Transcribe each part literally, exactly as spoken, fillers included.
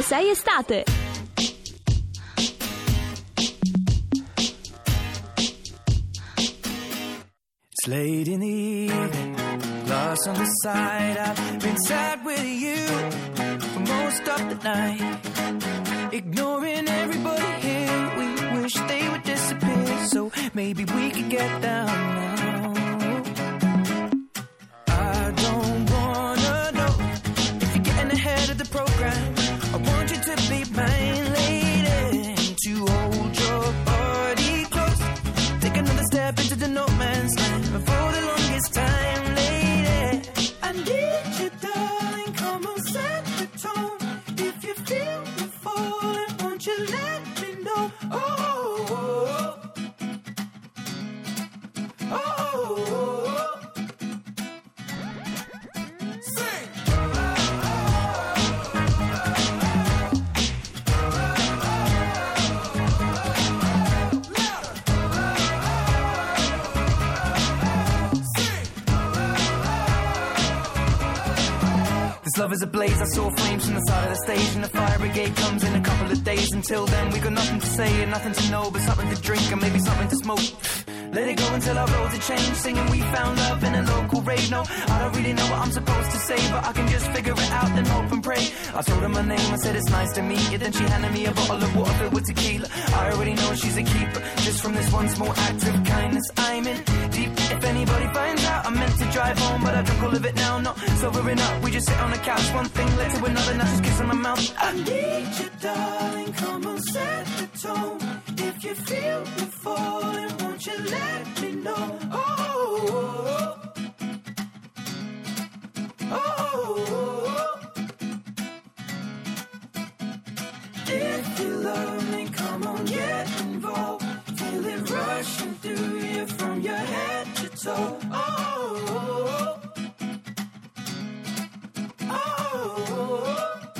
ovunque sei estate. It's late in the evening, glass on the side. I've been sad with you for most of the night, ignoring everybody here. We wish they would disappear, so maybe we could get down now. I don't wanna know if you're getting ahead of the program. I want you to be mine, lady, to hold your body close. Take another step into the no man's land. For the longest time, lady, I need you, darling. Come on, set the tone. If you feel the falling, won't you let me know? Oh, oh, oh, oh, oh. Sing. This love is ablaze, I saw flames from the side of the stage, and the fire brigade comes in a couple of days. Until then we got nothing to say and nothing to know, but something to drink and maybe something to smoke. Let it go until our roads are changed, singing we found love in a local rave. No, I don't really know what I'm supposed to say, but I can just figure it out and hope and pray. I told her my name, I said it's nice to meet you. Then she handed me a bottle of water filled with tequila. I already know she's a keeper, just from this one small act of kindness. I'm in deep, if anybody finds out, I'm meant to drive home, but I drink all of it now. Not sobering up, we just sit on the couch, one thing led to another, now just kiss on my mouth. I need you, darling, come on, set the tone. If you feel the falling, won't you let me know? Oh, oh, oh, oh. If you love me, come on, get involved. Feel it rushing through you from your head to toe. Oh, oh, oh, oh.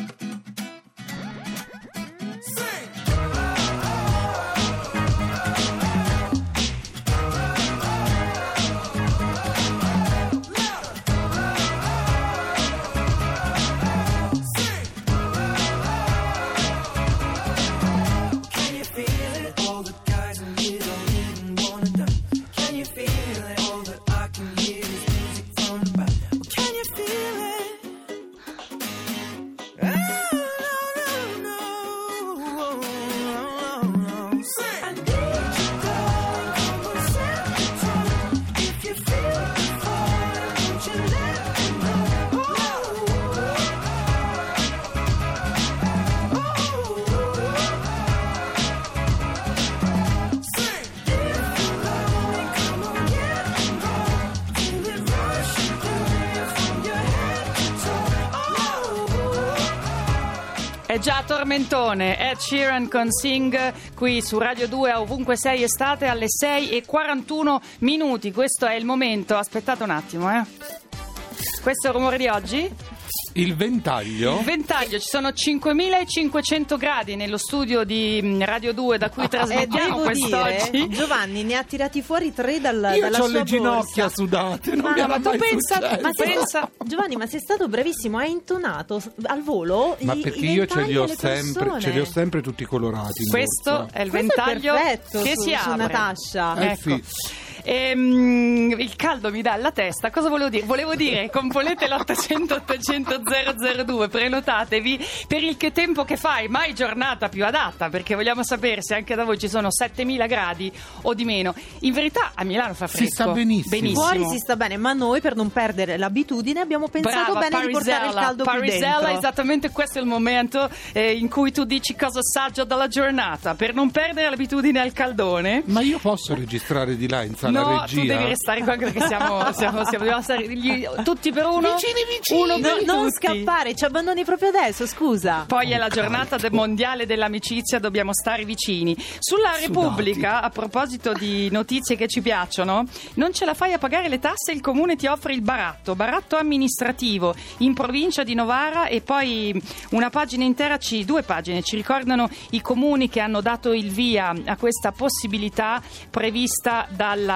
È già tormentone, Ed Sheeran con Sing qui su Radio due a ovunque sei estate alle sei e quarantuno minuti. Questo è il momento, aspettate un attimo, eh. Questo è il rumore di oggi? Il ventaglio? Il ventaglio, ci sono cinquemilacinquecento gradi nello studio di Radio due da cui trasmettiamo eh, quest'oggi. Dire, Giovanni ne ha tirati fuori tre dal, Io dalla sua ho le ginocchia borsa. sudate, non ma, mi era ma tu mai pensa, successo. ma pensa Giovanni, ma sei stato bravissimo, hai intonato al volo Ma i, perché i io ce li ho alle sempre, persone. ce li ho sempre tutti colorati in Questo borsa. è il Questo ventaglio è perfetto che su, si su apre. Natascia. Eh, Ecco. sì. Ehm, il caldo mi dà alla testa. Cosa volevo dire? Volevo dire, componete l'ottocento ottocento zero zero due, prenotatevi per il che tempo che fai, mai giornata più adatta, perché vogliamo sapere se anche da voi ci sono settemila gradi o di meno. In verità a Milano fa fresco. Si sta benissimo. benissimo. Fuori si sta bene, ma noi per non perdere l'abitudine abbiamo pensato Brava, bene di portare il caldo Parisella, qui dentro. esattamente questo è il momento eh, in cui tu dici cosa saggio dalla giornata, per non perdere l'abitudine al caldone. Ma io posso registrare di là in sala No, regia? tu devi restare qua anche perché siamo, siamo, siamo dobbiamo stare gli- tutti per uno. Vicini, vicini. Uno per No, non tutti. scappare, ci abbandoni proprio adesso, scusa. Poi è la giornata de- mondiale dell'amicizia, dobbiamo stare vicini. Sulla Sudati. Repubblica, a proposito di notizie che ci piacciono, non ce la fai a pagare le tasse, il comune ti offre il baratto, baratto amministrativo in provincia di Novara, e poi una pagina intera, ci, due pagine, ci ricordano i comuni che hanno dato il via a questa possibilità prevista dalla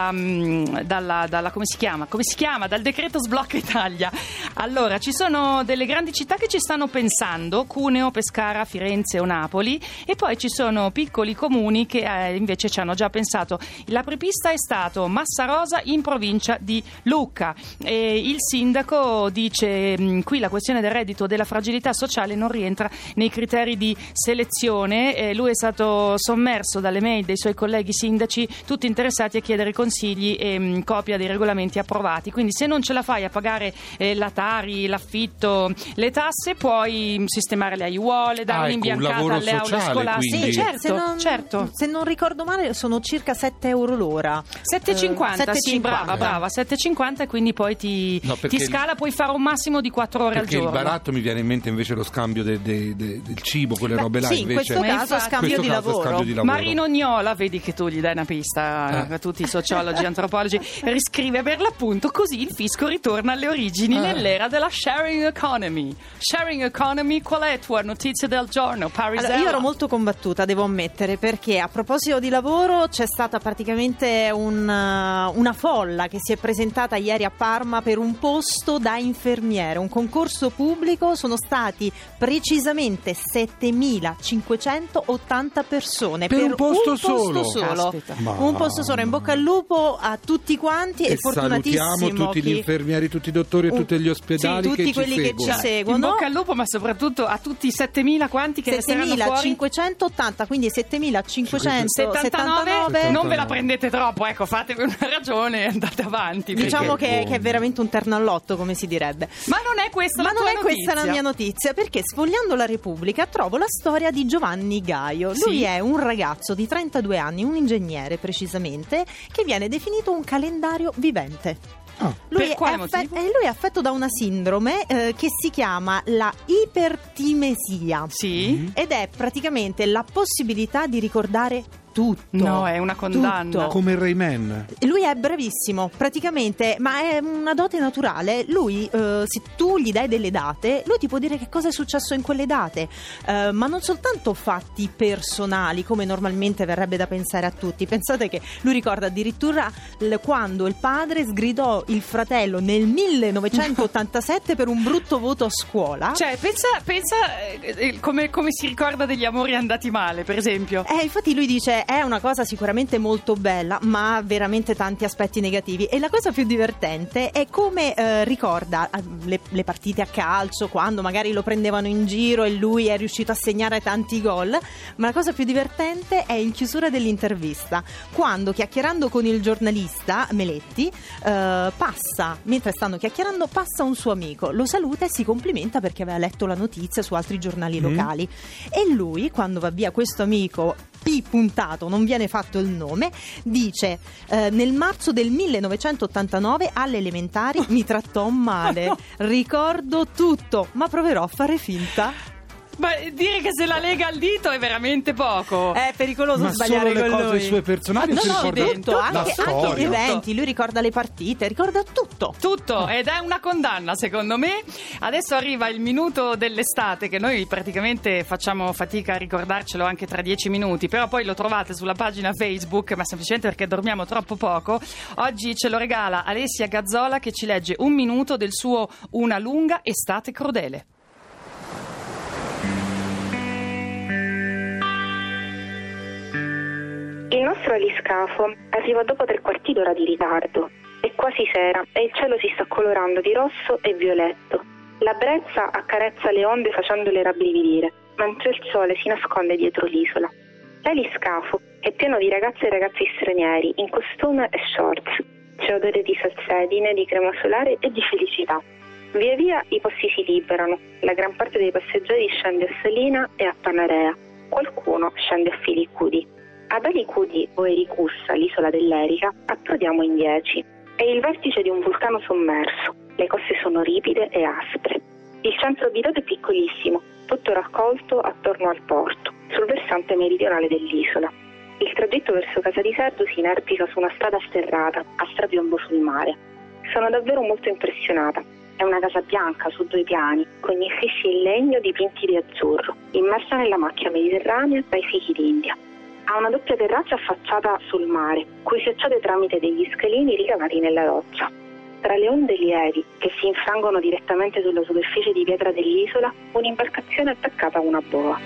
dalla, mh, dalla, dalla come si chiama? Come si chiama? Dal decreto Sblocca Italia. Allora, ci sono delle grandi città che ci stanno pensando, Cuneo, Pescara, Firenze o Napoli, e poi ci sono piccoli comuni che eh, invece ci hanno già pensato. L'apripista è stato Massarosa in provincia di Lucca, e il sindaco dice mh, qui la questione del reddito della fragilità sociale non rientra nei criteri di selezione. Eh, lui è stato sommerso dalle mail dei suoi colleghi sindaci, tutti interessati a chiedere consigli e mh, copia dei regolamenti approvati. Quindi se non ce la fai a pagare eh, la Tari, l'affitto, le tasse, puoi sistemare le aiuole, dare Ah, ecco, un un'imbiancata lavoro alle aule sociale, scolastiche. quindi. Sì, certo, se non, certo. se non ricordo male sono circa sette euro l'ora. sette e cinquanta, Eh, sì, brava, brava, sette e cinquanta, e quindi poi ti, No, perché ti scala, puoi fare un massimo di quattro ore al Perché il giorno. baratto mi viene in mente invece lo scambio de- de- de- del cibo, quelle Beh, robe là sì, in invece. questo Ma caso infatti- scambio, questo di, caso lavoro. scambio di lavoro. Marino Gnola, vedi che tu gli dai una pista Eh. a tutti i sociologi, antropologi, riscrive per l'appunto così il fisco ritorna alle origini Eh. nell'era della sharing economy. Sharing economy, qual è tua notizia del giorno, Parisella? Allora, io ero molto combattuta, devo ammettere, perché a proposito di lavoro c'è stata praticamente un, uh, una folla che si è presentata ieri a Parma per un posto da infermiere, un concorso pubblico. Sono stati precisamente settemilacinquecentottanta persone Per un posto solo? Caspita. Ma- Un posto solo. In bocca al lupo a tutti quanti e, E fortunatissimo salutiamo tutti chi- gli infermieri, tutti i dottori e Uh, tutti gli ospedali sì, tutti che quelli ci che seguono. ci seguono. In bocca al lupo, ma soprattutto a tutti i settemila quanti che resteranno fuori. settemilacinquecentottanta, quindi settemilacinquecentosettantanove. settantanove, non ve la prendete troppo, ecco, fatevi una ragione e andate avanti. Diciamo Perché- che, che è veramente un terno all'otto, come si direbbe. Ma non è questa Ma la non tua è notizia. questa la mia notizia, perché sfogliando la Repubblica trovo la storia di Giovanni Gaio. Lui Sì. è un ragazzo di trentadue anni, un ingegnere precisamente, che viene definito un calendario vivente. Ah. Lui, Per è quale affe- motivo? eh, lui è affetto da una sindrome eh, che si chiama la ipertimesia. Sì? Ed è praticamente la possibilità di ricordare tutto. No, è una condanna. Tutto. Come il Rayman. Lui è bravissimo, praticamente, ma è una dote naturale. Lui, eh, se tu gli dai delle date, lui ti può dire che cosa è successo in quelle date, eh, ma non soltanto fatti personali, come normalmente verrebbe da pensare a tutti. Pensate che lui ricorda addirittura l- quando il padre sgridò il fratello nel millenovecentottantasette per un brutto voto a scuola. Cioè, pensa, pensa eh, eh, come, come si ricorda degli amori andati male, per esempio. Eh, infatti lui dice è una cosa sicuramente molto bella, ma ha veramente tanti aspetti negativi. E la cosa più divertente è come eh, ricorda eh, le, le partite a calcio, quando magari lo prendevano in giro e lui è riuscito a segnare tanti gol. Ma la cosa più divertente è in chiusura dell'intervista, quando chiacchierando con il giornalista Meletti eh, passa, mentre stanno chiacchierando, passa un suo amico, lo saluta e si complimenta perché aveva letto la notizia su altri giornali Mm. locali. E lui, quando va via questo amico P puntato, non viene fatto il nome, dice eh, nel marzo del millenovecentottantanove alle elementari mi trattò male, ricordo tutto, ma proverò a fare finta. Ma dire che se la lega al dito è veramente poco. È pericoloso Ma sbagliare solo le con cose lui. sue personali no, o si no, ricorda tutto, la anche, anche storia? gli eventi, lui ricorda le partite, ricorda tutto. Tutto, ed è una condanna secondo me. Adesso arriva il minuto dell'estate, che noi praticamente facciamo fatica a ricordarcelo anche tra dieci minuti, però poi lo trovate sulla pagina Facebook, ma semplicemente perché dormiamo troppo poco. Oggi ce lo regala Alessia Gazzola, che ci legge un minuto del suo Una lunga estate crudele. Il nostro aliscafo arriva dopo tre quarti d'ora di ritardo. È quasi sera e il cielo si sta colorando di rosso e violetto. La brezza accarezza le onde facendole rabbrividire, mentre il sole si nasconde dietro l'isola. L'aliscafo è pieno di ragazze e ragazzi stranieri in costume e shorts. C'è odore di salsedine, di crema solare e di felicità. Via via i posti si liberano. La gran parte dei passeggeri scende a Salina e a Panarea. Qualcuno scende a Filicudi. Ad Alicudi o Ericussa, l'isola dell'Erica, approdiamo in dieci. È il vertice di un vulcano sommerso. Le coste sono ripide e aspre. Il centro abitato è piccolissimo, tutto raccolto attorno al porto, sul versante meridionale dell'isola. Il tragitto verso Casa di Sergio si inerpica su una strada sterrata, a strapiombo sul mare. Sono davvero molto impressionata. È una casa bianca su due piani, con gli infissi in legno dipinti di azzurro, immersa nella macchia mediterranea dai fichi d'India. Ha una doppia terrazza affacciata sul mare, cui si accede tramite degli scalini ricavati nella roccia. Tra le onde lievi che si infrangono direttamente sulla superficie di pietra dell'isola, un'imbarcazione attaccata a una boa.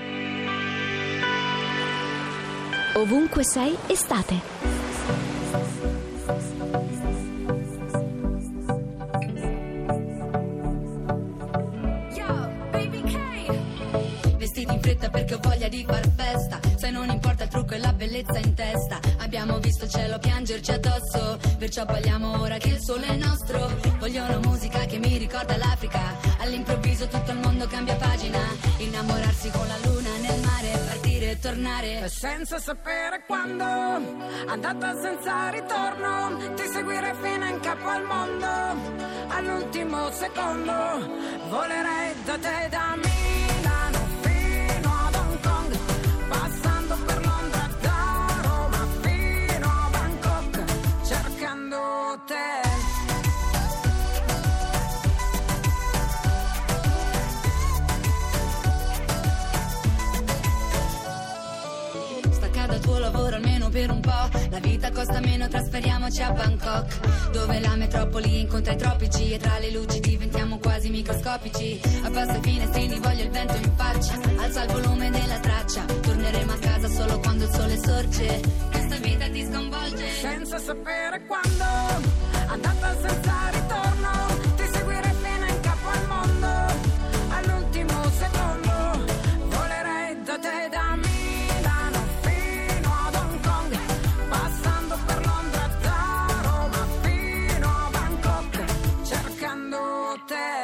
Ovunque sei, estate. Perché ho voglia di far festa, se non importa il trucco e la bellezza in testa. Abbiamo visto il cielo piangerci addosso, perciò balliamo ora che il sole è nostro. Voglio una musica che mi ricorda l'Africa, all'improvviso tutto il mondo cambia pagina. Innamorarsi con la luna nel mare, partire e tornare senza sapere quando, andata senza ritorno, ti seguire fino in capo al mondo. All'ultimo secondo volerei da te, da Milano fino ad Hong Kong, passando per Londra, da Roma fino a Bangkok, cercando te. Stacca dal tuo lavoro almeno per un po', la vita costa meno, trasferiamoci a Bangkok, dove la metropoli incontra i tropici e tra le luci diventiamo quasi microscopici. Abbassa i finestrini, voglio il vento in faccia, alza il volume della traccia, torneremo a casa solo quando il sole sorge, questa vita ti sconvolge. Senza sapere quando, andata senza ritorno, ti seguire fino in capo al mondo. All'ultimo secondo volerei da te, da Milano fino ad Hong Kong, passando per Londra, da Roma fino a Bangkok, cercando te.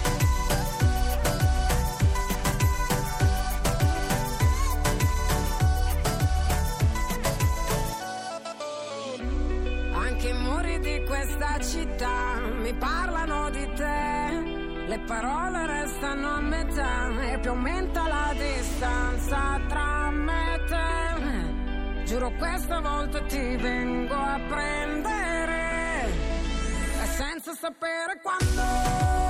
Anche i muri di questa città mi parlano di te, le parole restano a metà e più aumenta la distanza tra me e te. Giuro questa volta ti vengo a prendere, e senza sapere quando.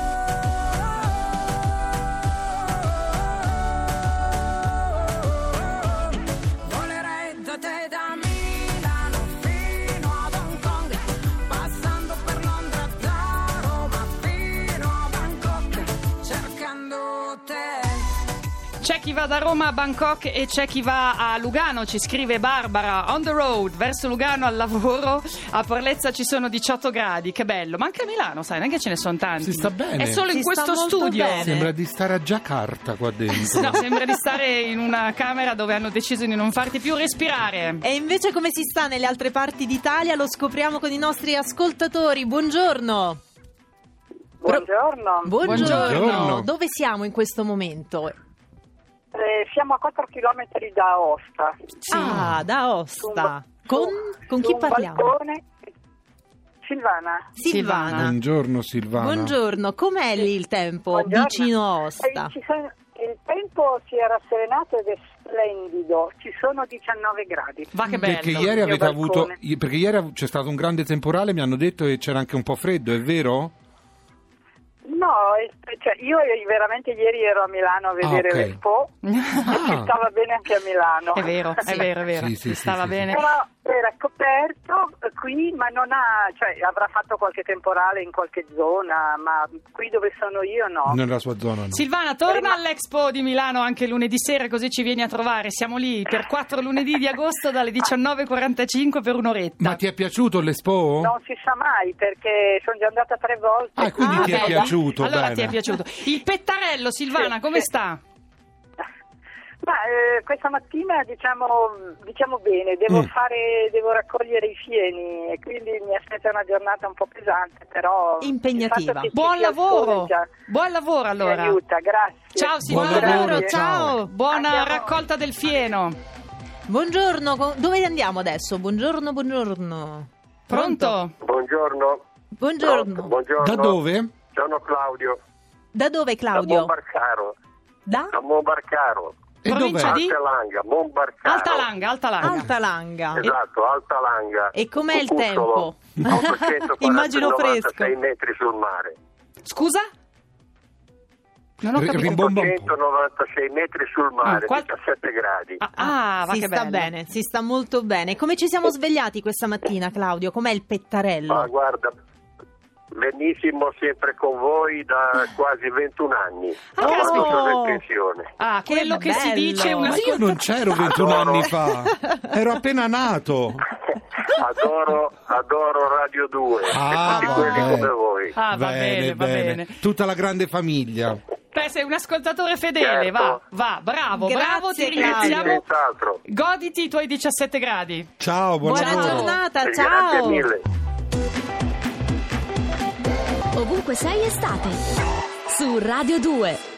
Volerei da te, da Milano fino ad Hong Kong, passando per Londra, da Roma fino a Bangkok, cercando te. C'è chi va da Roma a Bangkok e c'è chi va a Lugano, ci scrive Barbara. On the road, verso Lugano al lavoro. A Porlezza ci sono diciotto gradi, che bello. Ma anche a Milano, sai, non è che ce ne sono tanti. Si sta bene. È solo Si in sta questo molto studio. bene. Sembra di stare a Giacarta qua dentro. No, sembra di stare in una camera dove hanno deciso di non farti più respirare. E invece come si sta nelle altre parti d'Italia lo scopriamo con i nostri ascoltatori. Buongiorno. Buongiorno. Buongiorno. Buongiorno. Dove siamo in questo momento? Eh, siamo a quattro chilometri da Aosta. Ah, da Aosta. Con, con chi Su un parliamo? balcone. Silvana. Silvana. Buongiorno Silvana. Buongiorno, com'è lì il tempo Buongiorno. vicino a Eh, Aosta? ci sono- il tempo si è rasserenato ed è splendido. Ci sono diciannove gradi. Va che bello. Perché ieri Il mio avete avuto balcone. perché ieri c'è stato un grande temporale, mi hanno detto, e c'era anche un po' freddo, è vero? No, eh, cioè, io veramente ieri ero a Milano a vedere Ah, ok. l'Expo e ci stava bene anche a Milano. È vero, è vero, è vero. Sì, sì, Ci sì, stava sì, bene. Però era coperto qui, ma non ha, cioè avrà fatto qualche temporale in qualche zona, ma qui dove sono io no. Nella sua zona no. Silvana, torna all'Expo di Milano anche lunedì sera, così ci vieni a trovare. Siamo lì per quattro lunedì di agosto dalle diciannove e quarantacinque per un'oretta. Ma ti è piaciuto l'Expo? Non si sa mai perché sono già andata tre volte. Ah, quindi Ah, ti è bello. piaciuto, Allora bene. ti è piaciuto. Il pettarello, Silvana, Sì, come sì. sta? Ma eh, questa mattina diciamo, diciamo bene, devo Mm. fare, devo raccogliere i fieni e quindi mi aspetta una giornata un po' pesante, però Impegnativa. il fatto che ci Buon sia il sole lavoro. già Buon lavoro mi allora. aiuta, grazie. Ciao Buon Silvana. lavoro, Grazie. ciao. Buona Andiamo. raccolta del fieno. Buongiorno, co- dove andiamo adesso? Buongiorno, buongiorno. Pronto? Buongiorno. Buongiorno. Buongiorno. Da dove? Sono Claudio. Da dove Da Claudio? Monbarcaro. Da Da Monbarcaro. E Provincia dov'è? di? Altalanga, Monbarcaro. Altalanga, Altalanga. Altalanga. Esatto, Altalanga. E com'è il Cucuzzolo, tempo? ottocentoquaranta, Immagino novantasei fresco. metri sul mare. Scusa? Non ho Ri- capito. rimbomba un po'. centonovantasei metri sul mare, Ah, qua- diciassette gradi. Ah, va si che sta bello. bene, si sta molto bene. Come ci siamo svegliati questa mattina, Claudio? Com'è il pettarello? Ma guarda, benissimo, sempre con voi da quasi ventuno anni. Ah, Quando caspita. sono in pensione. Ah, quello che si bello. dice una Ma io non c'ero ventuno Adoro. anni fa, ero appena nato. Adoro, adoro Radio due Ah, e tutti quelli vabbè. come voi. Ah, va bene, va bene. Tutta la grande famiglia. Beh, sei un ascoltatore fedele, Certo. va, va, bravo, Grazie, bravo, ti Claudio. ringraziamo. Senz'altro. Goditi i tuoi diciassette gradi. Ciao, buon Buona lavoro. giornata, Grazie ciao! mille. Ovunque sei estate. Su Radio due.